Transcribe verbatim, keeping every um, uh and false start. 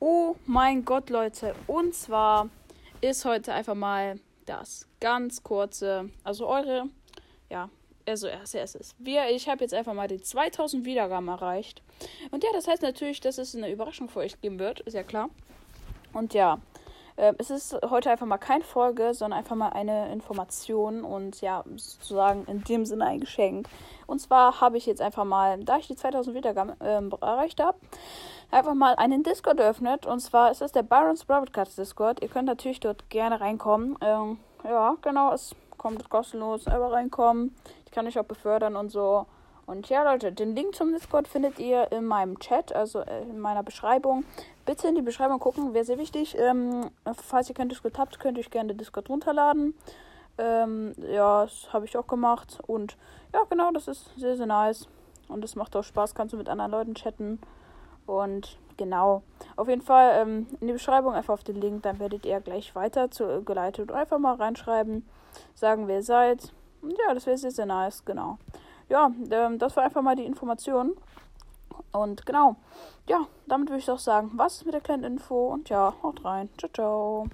Oh mein Gott, Leute. Und zwar ist heute einfach mal das ganz kurze, also eure, ja, also als erstes. Wir, ich habe jetzt einfach mal die zweitausend Wiedergaben erreicht. Und ja, das heißt natürlich, dass es eine Überraschung für euch geben wird, ist ja klar. Und ja, äh, es ist heute einfach mal keine Folge, sondern einfach mal eine Information und ja, sozusagen in dem Sinne ein Geschenk. Und zwar habe ich jetzt einfach mal, da ich die zweitausend Wiedergaben äh, erreicht habe, einfach mal einen Discord eröffnet. Und zwar ist es der Byron's Broadcast Discord. Ihr könnt natürlich dort gerne reinkommen. Ähm, ja, genau, es kommt kostenlos, einfach reinkommen. Ich kann euch auch befördern und so. Und ja, Leute, den Link zum Discord findet ihr in meinem Chat, also in meiner Beschreibung. Bitte in die Beschreibung gucken, wäre sehr wichtig. Ähm, falls ihr kein Discord habt, könnt ihr euch gerne den Discord runterladen. Ähm, ja, das habe ich auch gemacht. Und ja, genau, das ist sehr, sehr nice. Und es macht auch Spaß, kannst du mit anderen Leuten chatten. Und genau, auf jeden Fall ähm, in die Beschreibung einfach auf den Link, dann werdet ihr gleich weiter zu, geleitet. Und einfach mal reinschreiben, sagen, wer ihr seid. Und ja, das wäre sehr, sehr nice, genau. Ja, ähm, das war einfach mal die Information. Und genau, ja, damit würde ich auch sagen, was ist mit der kleinen Info? Und ja, haut rein. Ciao, ciao.